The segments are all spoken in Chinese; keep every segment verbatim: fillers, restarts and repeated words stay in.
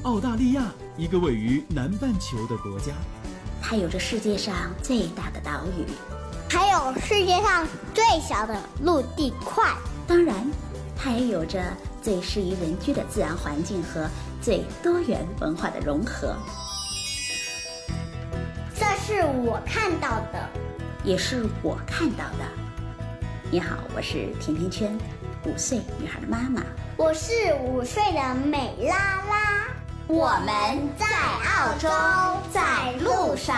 澳大利亚，一个位于南半球的国家。 它有着世界上最大的岛屿， 还有世界上最小的陆地块。 当然，它也有着最适宜人居的自然环境和最多元文化的融合。 这是我看到的， 也是我看到的。你好，我是甜甜圈，五岁女孩的妈妈。 我是五岁的美拉拉。我们在澳洲，在路上。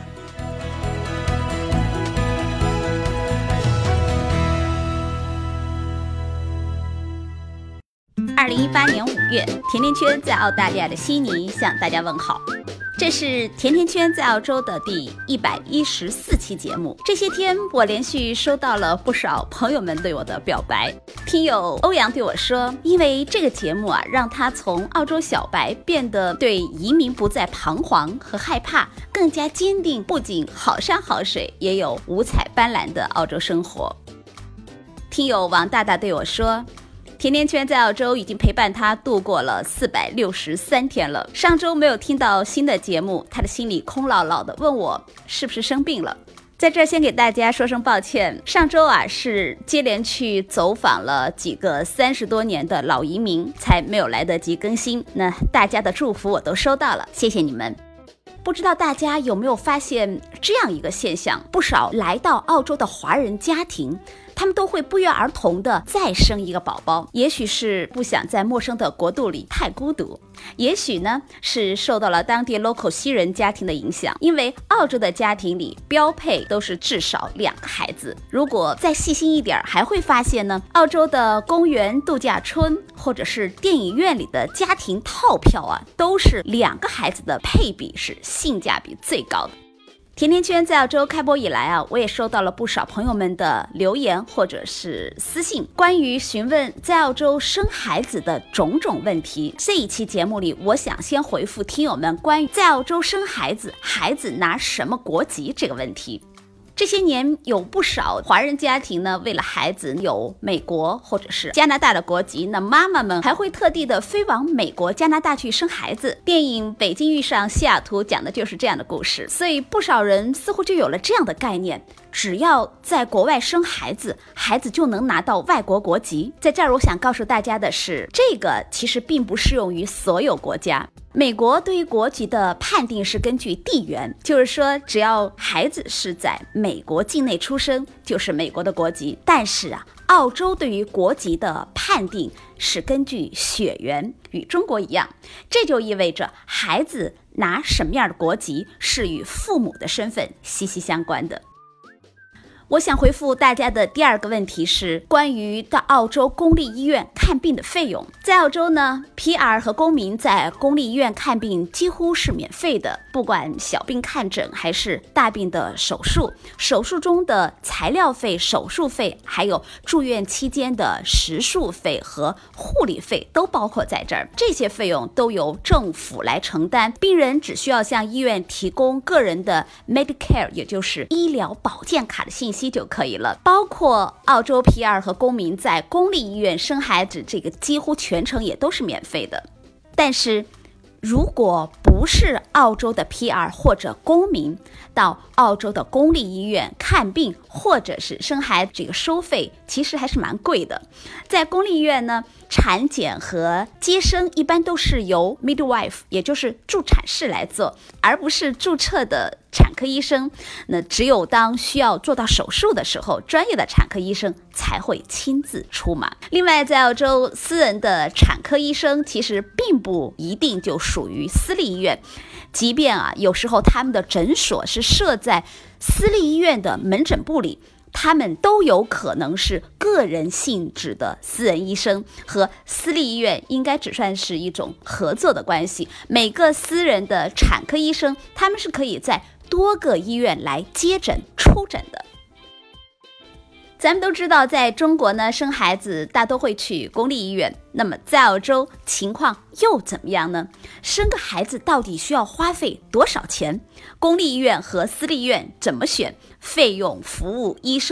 二零一八年五月，甜甜圈在澳大利亚的悉尼向大家问好。这是甜甜圈在澳洲的第一百一十四期节目。这些天我连续收到了不少朋友们对我的表白。听友欧阳对我说，因为这个节目啊，让他从澳洲小白变得对移民不再彷徨和害怕，更加坚定不仅好山好水，也有五彩斑斓的澳洲生活。听友王大大对我说，甜甜圈在澳洲已经陪伴他度过了四百六十三天了。上周没有听到新的节目，他的心里空落落的，问我是不是生病了。在这儿先给大家说声抱歉，上周啊是接连去走访了几个三十多年的老移民，才没有来得及更新。那大家的祝福我都收到了，谢谢你们。不知道大家有没有发现这样一个现象，不少来到澳洲的华人家庭，他们都会不约而同的再生一个宝宝，也许是不想在陌生的国度里太孤独，也许呢是受到了当地 local 西人家庭的影响，因为澳洲的家庭里标配都是至少两个孩子。如果再细心一点，还会发现呢，澳洲的公园度假村或者是电影院里的家庭套票啊，都是两个孩子的配比是性价比最高的。甜甜圈在澳洲开播以来啊，我也收到了不少朋友们的留言或者是私信，关于询问在澳洲生孩子的种种问题。这一期节目里，我想先回复听友们关于在澳洲生孩子，孩子拿什么国籍这个问题。这些年有不少华人家庭呢，为了孩子有美国或者是加拿大的国籍，那妈妈们还会特地的飞往美国加拿大去生孩子。电影《北京遇上西雅图》讲的就是这样的故事，所以不少人似乎就有了这样的概念，只要在国外生孩子，孩子就能拿到外国国籍。在这儿我想告诉大家的是，这个其实并不适用于所有国家。美国对于国籍的判定是根据地缘，就是说只要孩子是在美国境内出生，就是美国的国籍。但是啊，澳洲对于国籍的判定是根据血缘，与中国一样。这就意味着孩子拿什么样的国籍是与父母的身份息息相关的。我想回复大家的第二个问题是关于到澳洲公立医院看病的费用。在澳洲呢， P R 和公民在公立医院看病几乎是免费的，不管小病看诊还是大病的手术，手术中的材料费、手术费，还有住院期间的食宿费和护理费都包括在这儿。这些费用都由政府来承担，病人只需要向医院提供个人的 Medicare， 也就是医疗保健卡的信息就可以了。包括澳洲 P R 和公民在公立医院生孩子，这个几乎全程也都是免费的。但是如果不是澳洲的 P R 或者公民到澳洲的公立医院看病或者是生孩子，这个收费其实还是蛮贵的。在公立医院呢，产检和接生一般都是由 midwife， 也就是助产士来做，而不是注册的产科医生。那只有当需要做到手术的时候，专业的产科医生才会亲自出马。另外，在澳洲，私人的产科医生其实并不一定就属于私立医院，即便啊，有时候他们的诊所是设在私立医院的门诊部里，他们都有可能是个人性质的私人医生，和私立医院应该只算是一种合作的关系。每个私人的产科医生，他们是可以在多个医院来接诊出诊的。咱们都知道，在中国呢，生孩子大都会去公立医院，那么在澳洲情况又怎么样呢？生个孩子到底需要花费多少钱？公立医院和私立医院怎么选？费用、服务、医生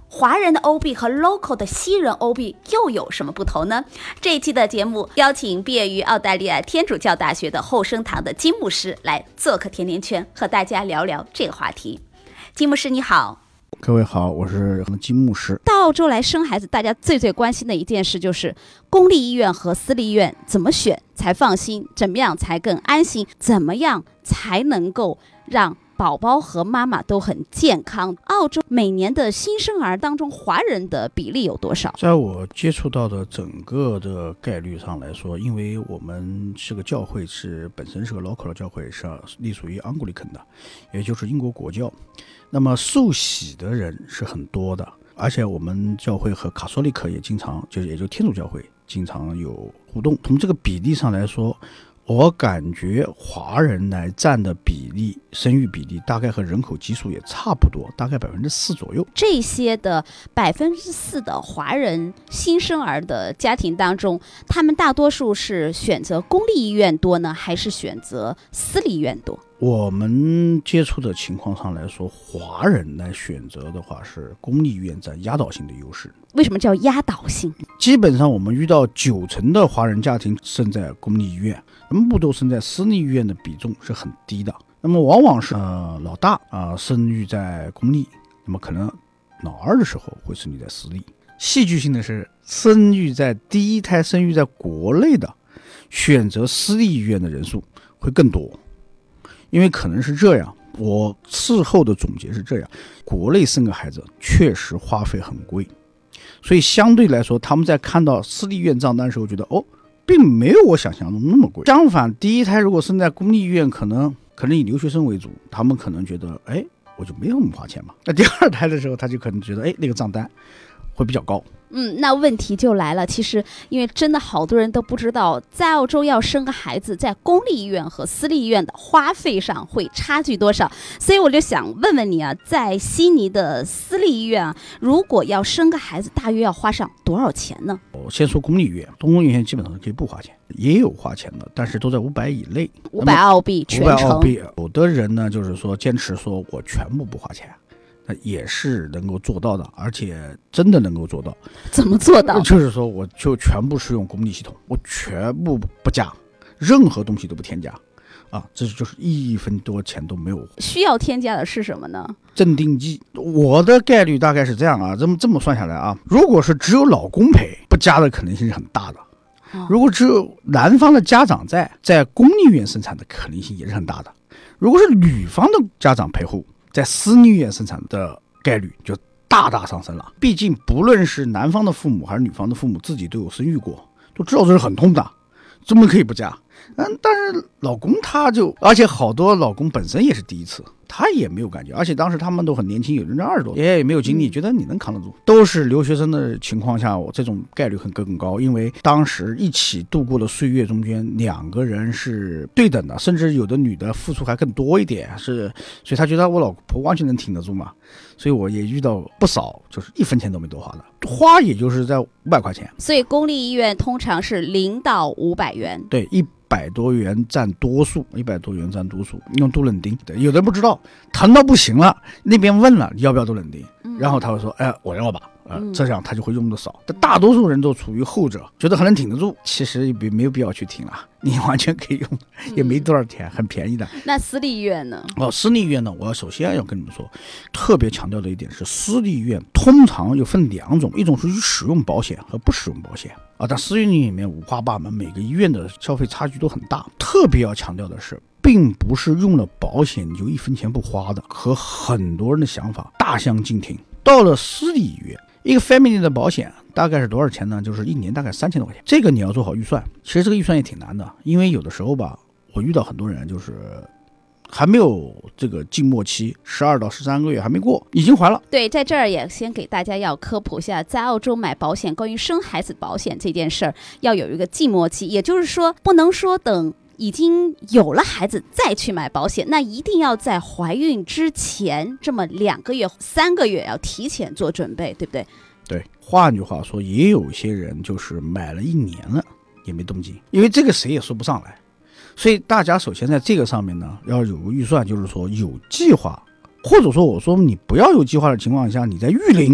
华人的 O B 和 local 的西人 O B 又有什么不同呢？这一期的节目邀请毕业于澳大利亚天主教大学的后生堂的金牧师来做客甜甜圈，和大家聊聊这个话题。金牧师你好。 各位好，我是金牧师。 到澳洲来生孩子，大家最最关心的一件事就是公立医院和私立医院怎么选才放心，怎么样才更安心，怎么样才能够让宝宝和妈妈都很健康。澳洲每年的新生儿当中，华人的比例有多少？ 在我接触到的整个的概率上来说，因为我们这个教会是本身是个 local 的教会，是隶属于安古里肯的，也就是英国国教。那么受洗的人是很多的，而且我们教会和卡索利克也经常，就是也就天主教会经常有互动。从这个比例上来说，我感觉华人来占的比例，生育比例大概和人口基数也差不多，大概百分之四左右。 这些的百分之四的华人新生儿的家庭当中，他们大多数是选择公立医院多呢，还是选择私立医院多？ 我们接触的情况上来说，华人来选择的话是公立医院占压倒性的优势。 为什么叫压倒性？ 基本上我们遇到九成的华人家庭生在公立医院，全部都生在私立医院的比重是很低的。那么往往是呃老大啊、呃、生育在公立，那么可能老二的时候会生育在私立。戏剧性的是，生育在第一胎生育在国内的，选择私立医院的人数会更多。因为可能是这样，我事后的总结是这样，国内生个孩子确实花费很贵，所以相对来说他们在看到私立医院账单的时候觉得哦，并没有我想象中那么贵。相反，第一胎如果生在公立医院，可能可能以留学生为主，他们可能觉得哎，我就没有那么花钱嘛。那第二胎的时候他就可能觉得哎，那个账单会比较高。 嗯，那问题就来了，其实因为真的好多人都不知道，在澳洲要生个孩子，在公立医院和私立医院的花费上会差距多少，所以我就想问问你啊，在悉尼的私立医院啊，如果要生个孩子，大约要花上多少钱呢？ 我先说公立医院，公立医院基本上可以不花钱，也有花钱的，但是都在五百以内， 五百澳币全程。 五百澳币，有的人呢就是说坚持说我全部不花钱。那也是能够做到的，而且真的能够做到。 怎么做到？ 就是说我就全部使用公立系统，我全部不加，任何东西都不添加啊，这就是一分多钱都没有。 需要添加的是什么呢？ 镇定剂。我的概率大概是这样啊，这么这么算下来啊，如果是只有老公陪，不加的可能性是很大的。如果只有男方的家长在，在公立医院生产的可能性也是很大的。如果是女方的家长陪护，在私立医院生产的概率就大大上升了。毕竟不论是男方的父母还是女方的父母，自己都有生育过，都知道这是很痛的，怎么可以不加？嗯，但是老公他就，而且好多老公本身也是第一次，他也没有感觉，而且当时他们都很年轻，有人二十多，也没有经历，觉得你能扛得住。都是留学生的情况下，我这种概率很更高，因为当时一起度过的岁月中间，两个人是对等的，甚至有的女的付出还更多一点，是，所以他觉得我老婆完全能挺得住嘛。所以我也遇到不少，就是一分钱都没多花的，花也就是在五百块钱。 所以公立医院通常是零到五百元。 对，一百多元占多数，一百多元占多数。用杜冷丁，对，有的人不知道，疼到不行了，那边问了要不要杜冷丁，嗯、然后他会说，哎，我要吧。呃，这样他就会用的少，但大多数人都处于后者，觉得还能挺得住，其实也没有必要去挺了，你完全可以用，也没多少钱，很便宜的。 那私立医院呢？哦， 私立医院呢，我首先要跟你们说，特别强调的一点是，私立医院通常有分两种，一种是使用保险和不使用保险啊，但私立里面五花八门，每个医院的消费差距都很大。特别要强调的是，并不是用了保险你就一分钱不花的，和很多人的想法大相径庭。到了私立医院，一个 family 的保险大概是多少钱呢？就是一年大概三千多块钱。这个你要做好预算，其实这个预算也挺难的，因为有的时候吧，我遇到很多人就是还没有这个静默期，十二到十三个月还没过，已经怀了。 对，在这儿也先给大家要科普一下，在澳洲买保险，关于生孩子保险这件事儿，要有一个静默期，也就是说，不能说等已经有了孩子再去买保险，那一定要在怀孕之前这么两个月、三个月要提前做准备，对不对？ 对，换句话说，也有些人就是买了一年了也没动静，因为这个谁也说不上来。所以大家首先在这个上面呢，要有个预算，就是说有计划，或者说我说你不要有计划的情况下，你在育龄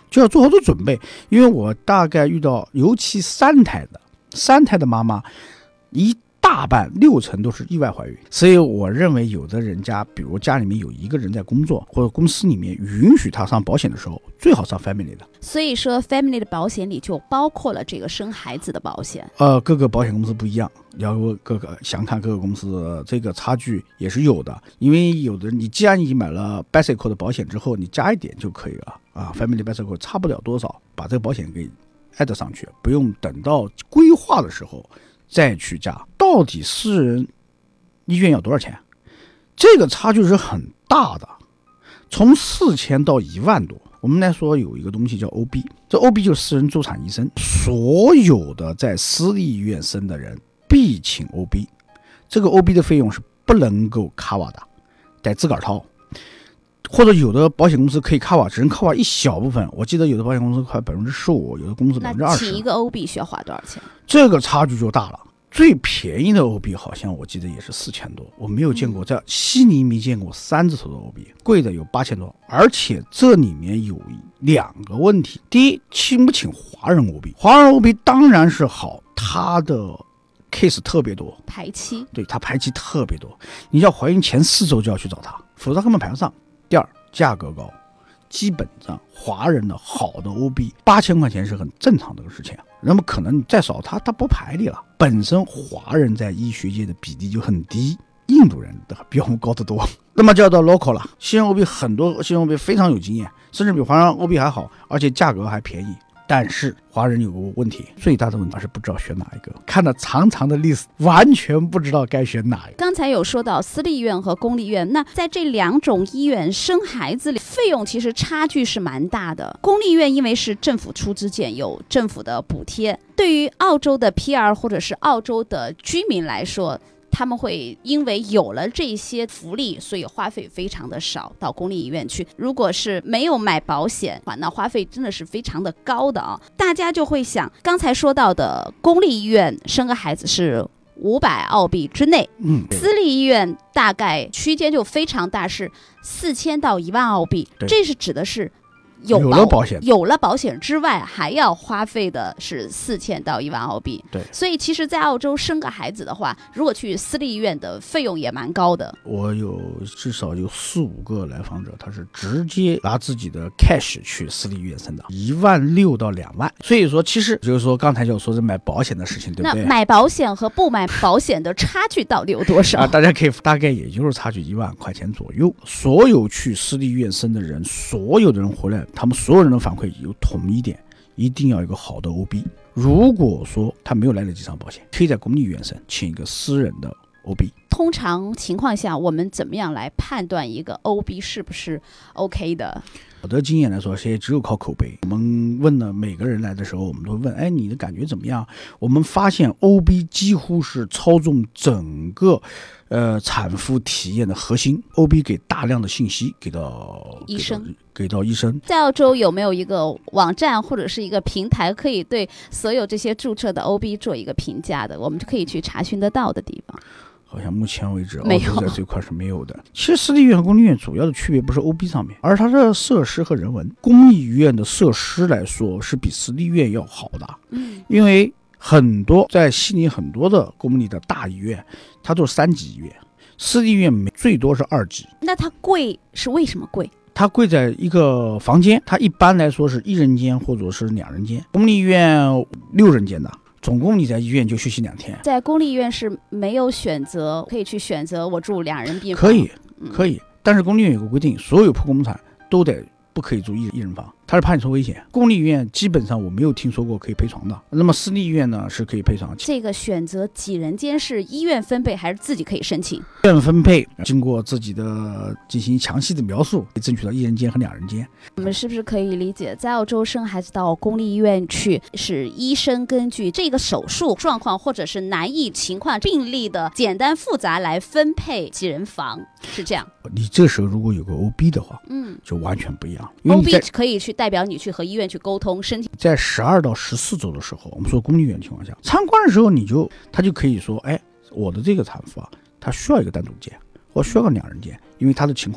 就要做好多准备。因为我大概遇到尤其三胎的三胎的妈妈，一大半六成都是意外怀孕，所以我认为有的人家，比如家里面有一个人在工作，或者公司里面允许他上保险的时候，最好上 family 的。 所以说 family 的保险里就包括了这个生孩子的保险。 呃，各个保险公司不一样，要各个详看各个公司的这个差距也是有的。因为有的你既然你买了 bicycle 的保险之后，你加一点就可以了啊 ，family bicycle 差不了多少，把这个保险给 add 上去，不用等到规划的时候再去加。到底私人医院要多少钱？这个差距是很大的，从四千到一万多。我们来说有一个东西叫 O B， 这 O B 就是私人助产医生，所有的在私立医院生的人必请 O B， 这个 O B 的费用是不能够 cover 的，得自个儿掏。或者有的保险公司可以 cover， 只能 cover 一小部分。我记得有的保险公司快百分之十五，有的公司百分之二十。 那请一个 O B 需要花多少钱？ 这个差距就大了。最便宜的 O B 好像我记得也是四千多，我没有见过，在悉尼没见过三字头的 O B， 贵的有八千多。而且这里面有两个问题：第一，请不请华人 O B？ 华人 O B 当然是好，他的 case 特别多， 排期， 对，他排期特别多，你要怀孕前四周就要去找他，否则他根本排不上。第二，价格高，基本上华人的好的 O B 八千块钱是很正常的事情。那么可能你再少他他不排你了。本身华人在医学界的比例就很低，印度人的比我们高得多。那么就要到 local 了，西人 O B 很多西人 O B 非常有经验，甚至比华人 O B 还好，而且价格还便宜。但是华人有个问题，最大的问题是不知道选哪一个，看了长长的 list 完全不知道该选哪一个。 刚才有说到私立医院和公立医院，那在这两种医院生孩子里费用其实差距是蛮大的。公立医院因为是政府出资建，有政府的补贴，对于澳洲的 P R 或者是澳洲的居民来说，他们会因为有了这些福利，所以花费非常的少，到公立医院去。如果是没有买保险，那花费真的是非常的高的啊！大家就会想，刚才说到的公立医院生个孩子是五百澳币之内， 嗯， 私立医院大概区间就非常大，是四千到一万澳币。这是指的是有有了保险， 有了保险之外，还要花费的是四千到一万澳币。 对， 所以其实，在澳洲生个孩子的话，如果去私立医院的费用也蛮高的。 我有至少有四五个来访者，他是直接拿自己的 cash 去私立医院生的，一万六到两万。所以说，其实就是说刚才就说是买保险的事情，对不对？ 那买保险和不买保险的差距到底有多少？ 啊，大家可以大概也就是差距一万块钱左右。所有去私立医院生的人，所有的人回来。他们所有人的反馈有统一点，一定要有一个好的 O B。 如果说他没有来得及上保险，可以在公立医院生，请一个私人的 O B。 通常情况下我们怎么样来判断一个 O B 是不是 OK 的？ 我的经验来说，也只有靠口碑。我们问了每个人来的时候，我们都会问，哎，你的感觉怎么样？我们发现 O B 几乎是操纵整个呃产妇体验的核心。 O B 给大量的信息给到医生， 给到医生。 在澳洲有没有一个网站或者是一个平台可以对所有这些注册的 O B 做一个评价的，我们就可以去查询得到的地方？ 好像目前为止澳洲在这块是没有的。其实私立医院和公立医院主要的区别不是 O B 上面，而它的设施和人文。公立医院的设施来说是比私立医院要好的， 嗯， 因为很多在悉尼很多的公立的大医院，它都是三级医院，私立医院最多是二级。 那它贵是为什么贵？ 它贵在一个房间，它一般来说是一人间或者是两人间，公立医院六人间的。总共你在医院就休息两天。在公立医院是没有选择，可以去选择我住两人病房。 可以，可以，但是公立医院有个规定，所有剖宫产都得不可以住一人房，他是怕你受危险。公立医院基本上我没有听说过可以配床的，那么私立医院呢是可以配床。 这个选择几人间是医院分配还是自己可以申请？ 医院分配，经过自己的进行详细的描述，争取到一人间和两人间。 我们是不是可以理解，在澳洲生孩子到公立医院去，是医生根据这个手术状况或者是难易情况、病例的简单复杂来分配几人房，是这样？ 你这时候如果有个 O B 的话， 嗯， 就完全不一样。 O B 可以去代表你去和医院去沟通身体。 在十二到十四周的时候，我们说公立医院情况下，参观的时候你就他就可以说，哎，我的这个产妇啊，她需要一个单独间，或需要个两人间，因为她的情况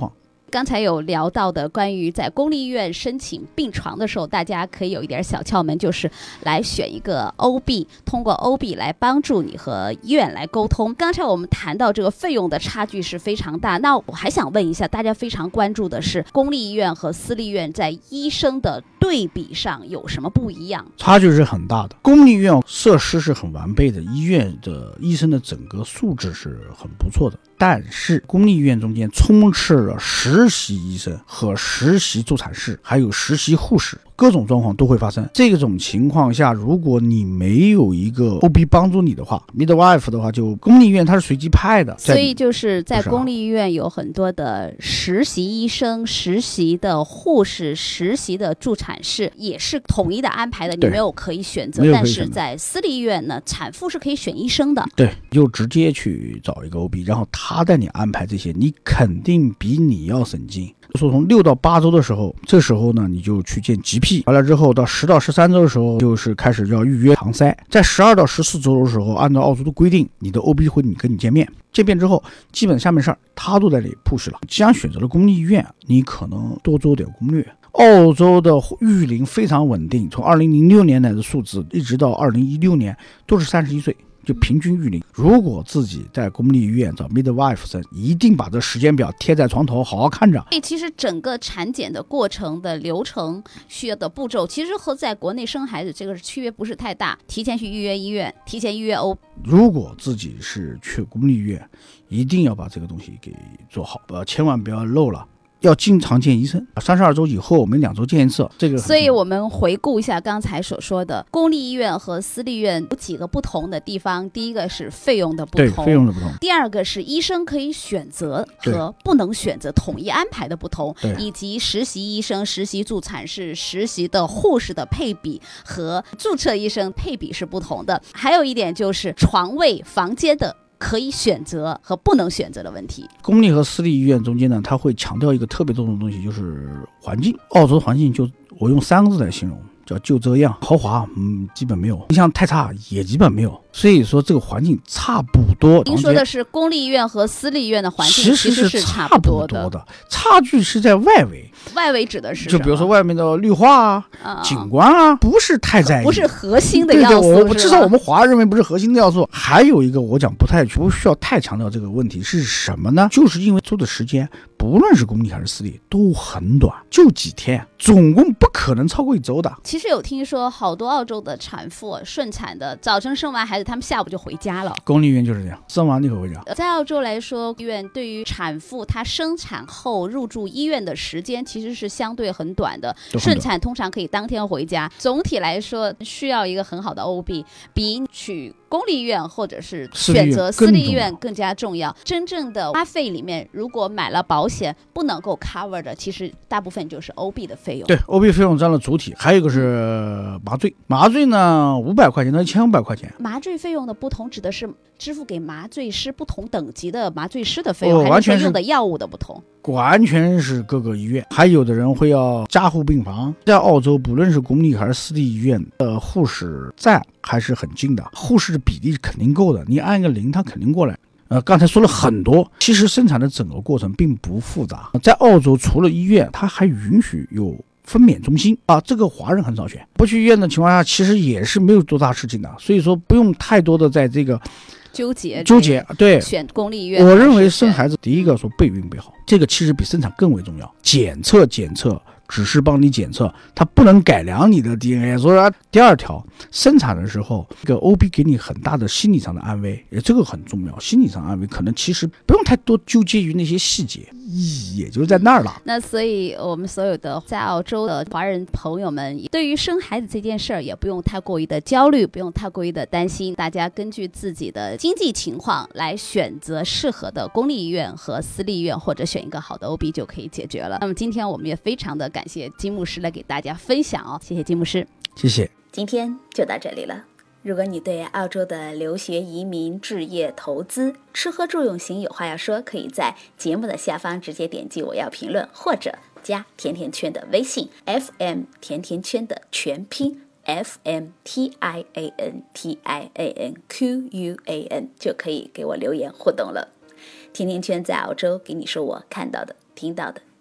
刚才有聊到的关于在公立医院申请病床的时候，大家可以有一点小窍门，就是来选一个 O B， 通过 O B 来帮助你和医院来沟通。刚才我们谈到这个费用的差距是非常大，那我还想问一下，大家非常关注的是公立医院和私立医院在医生的对比上有什么不一样？ 差距是很大的。公立医院设施是很完备的，医院的医生的整个素质是很不错的，但是公立医院中间充斥了实习医生和实习助产士还有实习护士，各种状况都会发生。这种情况下，如果你没有一个 O B 帮助你的话， midwife 的话，就公立医院它是随机派的， 所以就是在公立医院有很多的实习医生、实习的护士、实习的助产士，也是统一的安排的，你没有可以选择。但是在私立医院呢，产妇是可以选医生的，对， 就直接去找一个 O B， 然后他带你安排这些，你肯定比你要省劲。说从六到八周的时候，这时候呢你就去见 G P， 完了之后到十到十三周的时候，就是开始要预约肠塞。在十二到十四周的时候，按照澳洲的规定，你的 O B 会你跟你见面，见面之后，基本下面事儿他都在那里 push 了。既然选择了公立医院，你可能多做点攻略。澳洲的育龄非常稳定，从二零零六年来的数字一直到二零一六年都是三十一岁。就平均育龄，如果自己在公立医院找 midwife 生，一定把这时间表贴在床头，好好看着。 所以其实整个产检的过程的流程需要的步骤，其实和在国内生孩子这个区别不是太大。提前去预约医院，提前预约 O。 如果自己是去公立医院，一定要把这个东西给做好，呃，千万不要漏了。要经常见医生，三十二周以后每两周见一次，这个。 所以我们回顾一下刚才所说的，公立医院和私立医院有几个不同的地方。第一个是费用的不同， 对，费用的不同。 第二个是医生可以选择和不能选择统一安排的不同，以及实习医生、实习助产士、实习的护士的配比和注册医生配比是不同的。还有一点就是床位、房间的可以选择和不能选择的问题。 公立和私立医院中间呢，它会强调一个特别重要的东西，就是环境。澳洲的环境就我用三个字来形容，叫就这样。豪华嗯基本没有，你像太差也基本没有，所以说这个环境差不多。 您说的是公立医院和私立医院的环境其实是差不多的， 的差距是在外围。 外围指的是就比如说外面的绿化啊、嗯、景观啊，不是太在意， 不是核心的要素。 对对，我至少我们华人认为不是核心的要素。还有一个我讲不太不需要太强调这个问题是什么呢？就是因为做的时间不论是公立还是私立都很短，就几天，总共不可能超过一周的。 其实有听说好多澳洲的产妇顺产的早晨生完孩子，他们下午就回家了。 公立医院就是这样，生完立刻回家。 在澳洲来说，医院对于产妇她生产后入住医院的时间其实是相对很短的，顺产通常可以当天回家。总体来说需要一个很好的 O B， 比去公立医院或者是选择私立医院更加重要。真正的花费里面，如果买了保险不能够 cover 的，其实大部分就是 O B 的费用。 对， O B 费用占了主体。还有一个是麻醉，麻醉呢五百块钱到一千五百块钱。 麻醉费用的不同指的是支付给麻醉师不同等级的麻醉师的费用， 哦、 还是说用的药物的不同？ 完全是各个医院。还有的人会要加护病房，在澳洲不论是公立还是私立医院的护士站还是很近的，护士的比例肯定够的，你按一个零他肯定过来。呃，刚才说了很多，其实生产的整个过程并不复杂。在澳洲除了医院，它还允许有分娩中心啊，这个华人很少选。不去医院的情况下，其实也是没有多大事情的，所以说不用太多的在这个纠结纠结。对， 选公立医院。 我认为生孩子第一个说备孕备好，这个其实比生产更为重要。检测检测只是帮你检测，它不能改良你的 D N A。 所以第二条，生产的时候这个 O B 给你很大的心理上的安慰，也这个很重要。心理上安慰可能其实不用太多纠结于那些细节，意义也就在那儿了。 那所以我们所有的在澳洲的华人朋友们，对于生孩子这件事儿也不用太过于的焦虑，不用太过于的担心。大家根据自己的经济情况来选择适合的公立医院和私立医院，或者选一个好的 O B 就可以解决了。那么今天我们也非常的感谢金牧师来给大家分享哦，谢谢金牧师。 谢谢。 今天就到这里了。如果你对澳洲的留学、移民、置业、投资、吃喝住用行有话要说，可以在节目的下方直接点击我要评论，或者加甜甜圈的微信 F M 甜甜圈的全拼 F M T I A N T I A N Q U A N 就可以给我留言互动了。甜甜圈在澳洲给你说我看到的、听到的、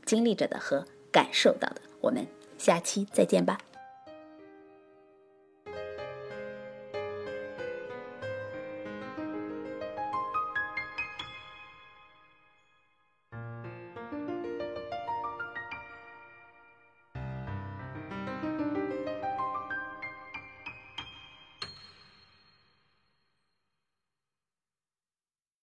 经历着的和感受到的。我们下期再见吧。